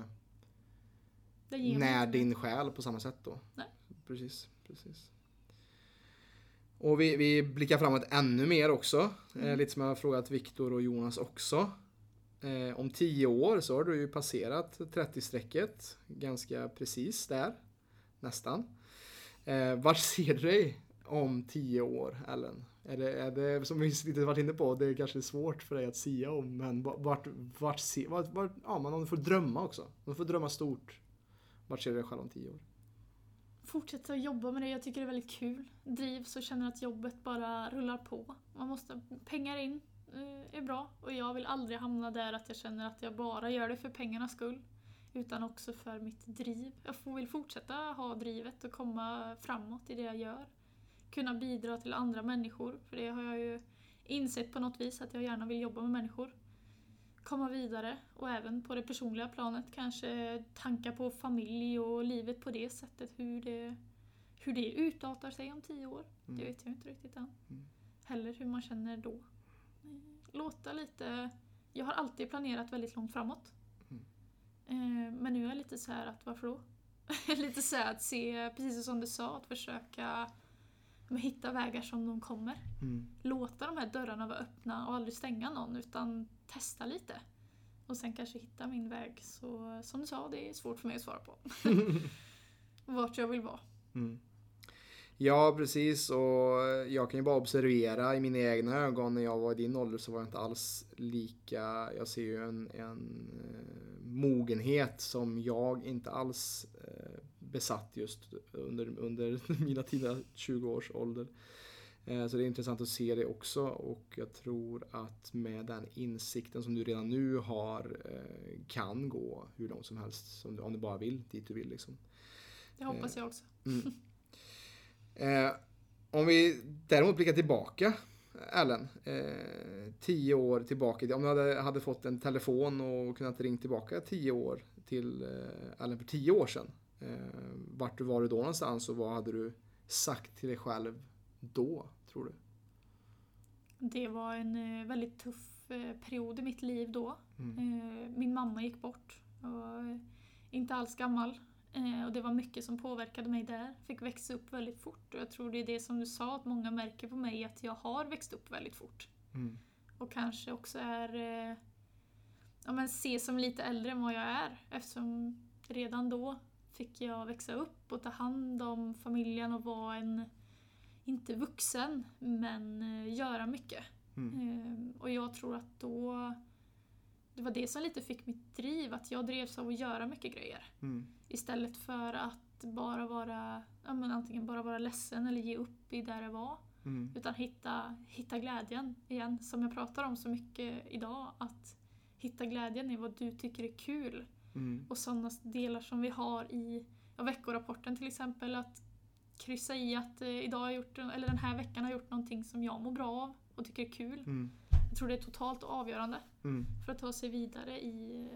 Det ger mig när inte din mer. själ på samma sätt då. Nej. Precis, precis. Och vi, vi blickar framåt ännu mer också. Mm. Eh, lite som jag har frågat Viktor och Jonas också. Eh, om tio år så har du ju passerat trettio-strecket. Ganska precis där. Nästan. Eh, vart ser du dig om tio år, Ellen? Är det, är det som vi lite varit inne på, det är kanske svårt för dig att sia om, men vart, vart, vart, vart ja, man får drömma också. Man får drömma stort. Vart ser du dig själv om tio år? fortsätta jobba med det. Jag tycker det är väldigt kul. Drivs och känner att jobbet bara rullar på. Man måste, pengar in är bra. Och jag vill aldrig hamna där att jag känner att jag bara gör det för pengarnas skull. Utan också för mitt driv. Jag vill fortsätta ha drivet och komma framåt i det jag gör. Kunna bidra till andra människor. För det har jag ju insett på något vis att jag gärna vill jobba med människor. Komma vidare och även på det personliga planet kanske tankar på familj och livet på det sättet. Hur det, hur det utartar sig om tio år. Mm. Det vet jag inte riktigt än. Mm. Heller hur man känner då. Låta lite... Jag har alltid planerat väldigt långt framåt. Mm. Men nu är jag lite så här att varför då? Lite så här att se, precis som du sa, att försöka hitta vägar som de kommer. Mm. Låta de här dörrarna vara öppna och aldrig stänga någon utan testa lite. Och sen kanske hitta min väg. Så som du sa, det är svårt för mig att svara på. Vart jag vill vara. Mm. Ja, precis. Och jag kan ju bara observera i mina egna ögon när jag var i din ålder så var jag inte alls lika. Jag ser ju en, en eh, mogenhet som jag inte alls eh, besatt just under, under mina tidiga tjugo års ålder. Eh, så det är intressant att se det också. Och jag tror att med den insikten som du redan nu har eh, kan gå hur långt som helst. Som du, om du bara vill, dit du vill liksom. Det hoppas jag också. Mm. Eh, om vi däremot blickar tillbaka, Ellen, eh, tio år tillbaka, om du hade, hade fått en telefon och kunnat ringa tillbaka tio år till eh, Ellen för tio år sedan, eh, vart du var du då någonstans och vad hade du sagt till dig själv då, tror du? Det var en eh, väldigt tuff eh, period i mitt liv då. Mm. Eh, min mamma gick bort och eh, inte alls gammal. Och det var mycket som påverkade mig där. Fick växa upp väldigt fort. Och jag tror det är det som du sa, att många märker på mig att jag har växt upp väldigt fort. Mm. Och kanske också är... Ja, men se som lite äldre än vad jag är. Eftersom redan då fick jag växa upp och ta hand om familjen och vara en... Inte vuxen, men göra mycket. Mm. Och jag tror att då... Det var det som lite fick mitt driv, att jag drevs av att göra mycket grejer. Mm. Istället för att bara vara, ja, men antingen bara vara ledsen eller ge upp i där det var. Mm. Utan hitta, hitta glädjen igen, som jag pratar om så mycket idag. Att hitta glädjen i vad du tycker är kul. Mm. Och sådana delar som vi har i ja, veckorapporten till exempel. Att kryssa i att eh, idag har jag gjort, eller den här veckan har jag gjort någonting som jag mår bra av och tycker är kul. Mm. Jag tror det är totalt avgörande mm. för att ta sig vidare i,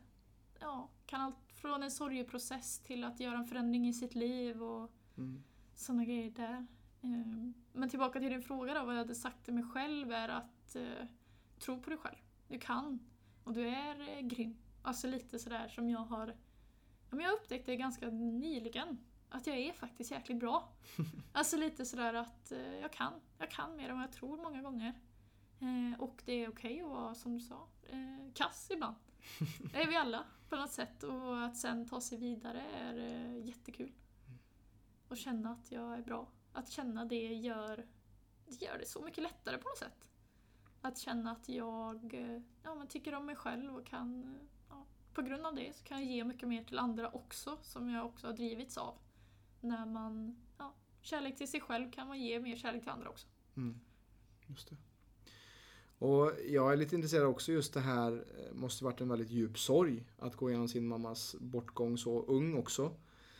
ja, kan allt från en sorgeprocess till att göra en förändring i sitt liv och mm. sådana grejer där. Men tillbaka till din fråga då, vad jag hade sagt till mig själv är att uh, tro på dig själv. Du kan och du är uh, grym. Alltså lite sådär som jag har, ja, men jag upptäckte det ganska nyligen. Att jag är faktiskt jäkligt bra. Alltså lite sådär att uh, jag kan. Jag kan mer än vad jag tror många gånger. Eh, och det är okej att vara, som du sa, eh, kass ibland. Det är vi alla på något sätt. Och att sen ta sig vidare är eh, jättekul. Och känna att jag är bra. Att känna det gör, det gör det så mycket lättare på något sätt. Att känna att jag eh, ja, men tycker om mig själv och kan, ja, på grund av det så kan jag ge mycket mer till andra också. Som jag också har drivits av. När man, ja, kärlek till sig själv kan man ge mer kärlek till andra också. Mm. Just det. Och jag är lite intresserad också, just det här måste varit en väldigt djup sorg att gå igenom sin mammas bortgång så ung också.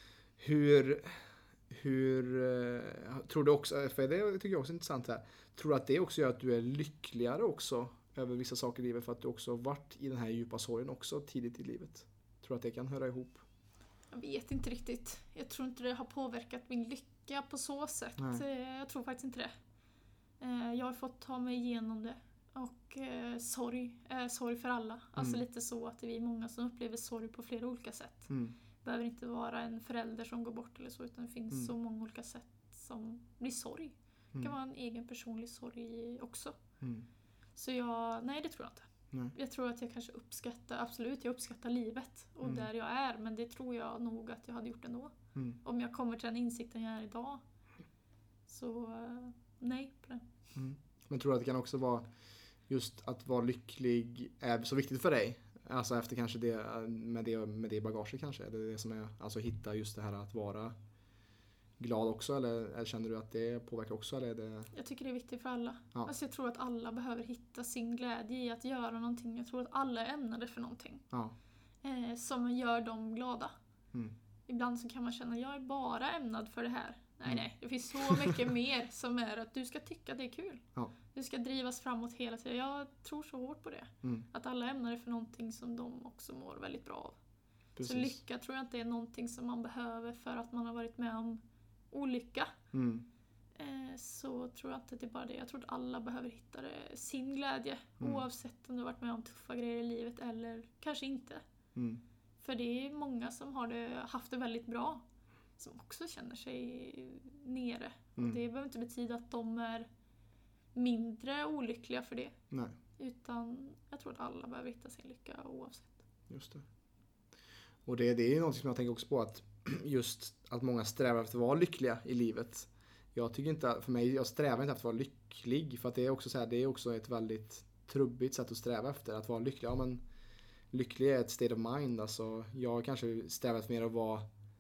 Hur, hur tror du också, för det tycker jag också är intressant här, tror du att det också gör att du är lyckligare också över vissa saker i livet för att du också varit i den här djupa sorgen också tidigt i livet? Tror du att det kan höra ihop? Jag vet inte riktigt. Jag tror inte det har påverkat min lycka på så sätt. Nej. Jag tror faktiskt inte det. Jag har fått ta mig igenom det. Och eh, sorg är sorg för alla. Alltså mm. lite så att det är många som upplever sorg på flera olika sätt. Mm. Det behöver inte vara en förälder som går bort eller så, utan det finns mm. så många olika sätt som blir sorg. Det kan mm. vara en egen personlig sorg också. Mm. Så jag, nej det tror jag inte. Nej. Jag tror att jag kanske uppskattar, absolut jag uppskattar livet och mm. där jag är, men det tror jag nog att jag hade gjort ändå. Mm. Om jag kommer till den insikten jag är idag. Så nej på det. Mm. Men tror du att det kan också vara just att vara lycklig är så viktigt för dig? Alltså efter kanske det med det, med det bagaget kanske. Det är det som är, alltså hitta just det här att vara glad också eller, eller känner du att det påverkar också? Eller är det... Jag tycker det är viktigt för alla. Ja. Alltså jag tror att alla behöver hitta sin glädje i att göra någonting. Jag tror att alla är ämnade för någonting. Ja. Eh, som gör dem glada. Mm. Ibland så kan man känna, jag är bara ämnad för det här. Nej, Mm. nej. Det finns så mycket mer som är att du ska tycka att det är kul. Ja. Du ska drivas framåt hela tiden. Jag tror så hårt på det. Mm. Att alla är ämnade för någonting som de också mår väldigt bra av. Precis. Så lycka tror jag inte är någonting som man behöver för att man har varit med om olycka. Mm. Eh, så tror jag inte att det är bara det. Jag tror att alla behöver hitta det, sin glädje. Mm. Oavsett om du har varit med om tuffa grejer i livet eller kanske inte. Mm. För det är många som har det, haft det väldigt bra. Som också känner sig nere. Mm. Och det behöver inte betyda att de är mindre olyckliga för det. Nej, Utan jag tror att alla behöver hitta sin lycka oavsett. just det. Och det, det är ju något som jag tänker också på att just att många strävar efter att vara lyckliga i livet. Jag tycker inte, för mig, jag strävar inte efter att vara lycklig. För att det är också så här, det är också ett väldigt trubbigt sätt att sträva efter. Att vara lycklig. Ja, men lycklig är ett state of mind. Alltså, jag kanske strävar efter mer att vara,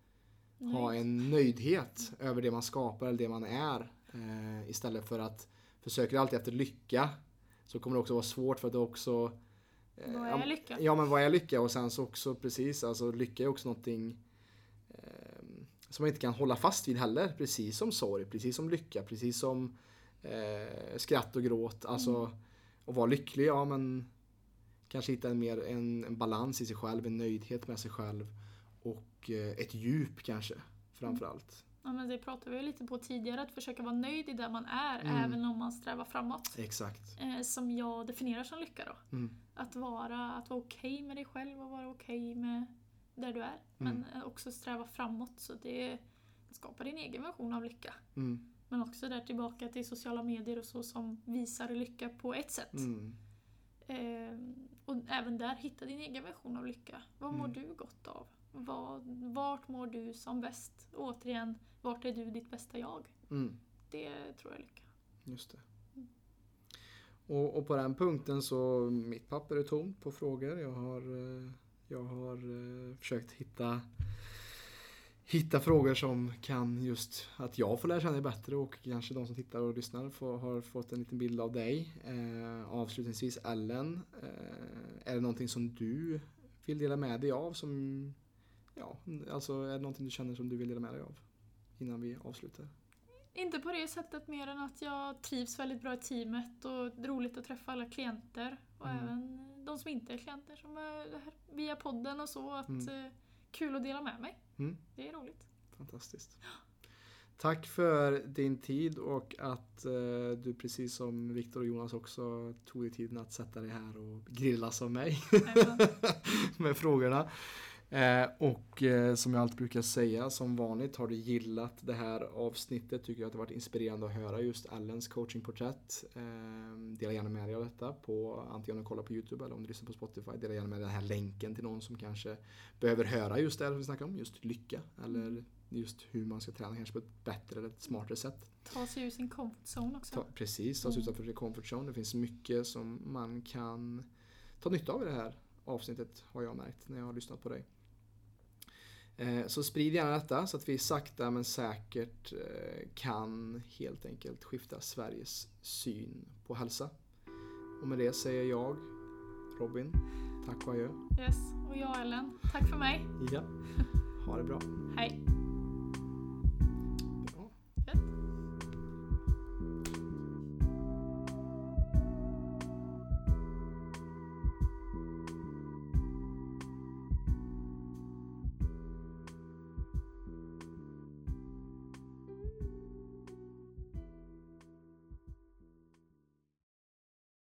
ha Nöjd. en nöjdhet över det man skapar eller det man är. Eh, istället för att försöka alltid efter lycka. Så kommer det också vara svårt för att det också... eh, Vad ja, är lycka? Ja, men vad är lycka? Och sen så också precis, alltså lycka är också någonting eh, som man inte kan hålla fast vid heller. Precis som sorg, precis som lycka, precis som eh, skratt och gråt. Alltså, Mm. att vara lycklig, ja men kanske hitta en, mer, en, en balans i sig själv, en nöjdhet med sig själv och eh, ett djup kanske, framförallt. Ja, men det pratade vi lite på tidigare, att försöka vara nöjd i där man är, Mm. även om man strävar framåt. Exakt. Eh, som jag definierar som lycka då. Mm. Att vara, att vara okej med dig själv och vara okej med där du är. Men Mm. eh, också sträva framåt, så det skapar din egen version av lycka. Mm. Men också där tillbaka till sociala medier och så som visar lycka på ett sätt. Mm. Eh, och även där hitta din egen version av lycka. Vad mår Mm. du gott av? Vad, vart mår du som bäst? Återigen, vart är du ditt bästa jag? Mm. Det tror jag är lycka. Just det. Och, och på den punkten så mitt papper är tomt på frågor. Jag har, eh, jag har eh, försökt hitta hitta frågor som kan just att jag får lära känna dig bättre och kanske de som tittar och lyssnar får, har fått en liten bild av dig. Eh, avslutningsvis Ellen, eh, är det någonting som du vill dela med dig av som, ja, alltså är det någonting du känner som du vill dela med dig av innan vi avslutar? Inte på det sättet mer än att jag trivs väldigt bra i teamet och det är roligt att träffa alla klienter. Och Mm. även de som inte är klienter som är här via podden och så. Att, Mm. eh, kul att dela med mig. Mm. Det är roligt. Fantastiskt. Tack för din tid och att eh, du precis som Viktor och Jonas också tog dig tiden att sätta dig här och grillas av mig Även. med frågorna. Eh, och eh, som jag alltid brukar säga, som vanligt, har du gillat det här avsnittet, tycker jag att det har varit inspirerande att höra just Ellens coachingporträtt. Eh, dela gärna med dig av detta på antingen om du kollar på YouTube eller om du lyssnar på Spotify. Dela gärna med den här länken till någon som kanske behöver höra just det vi snackar om, just lycka eller just hur man ska träna kanske på ett bättre eller ett smartare sätt. Ta sig ur sin comfort zone också. Ta, precis, ta sig Mm. utanför sin comfort zone. Det finns mycket som man kan ta nytta av i det här avsnittet, har jag märkt när jag har lyssnat på dig. Eh, så sprid gärna detta så att vi sakta men säkert eh, kan helt enkelt skifta Sveriges syn på hälsa. Och med det säger jag, Robin, tack och adjö. Yes. Och jag Ellen, tack för mig. Ja, ha det bra. Hej.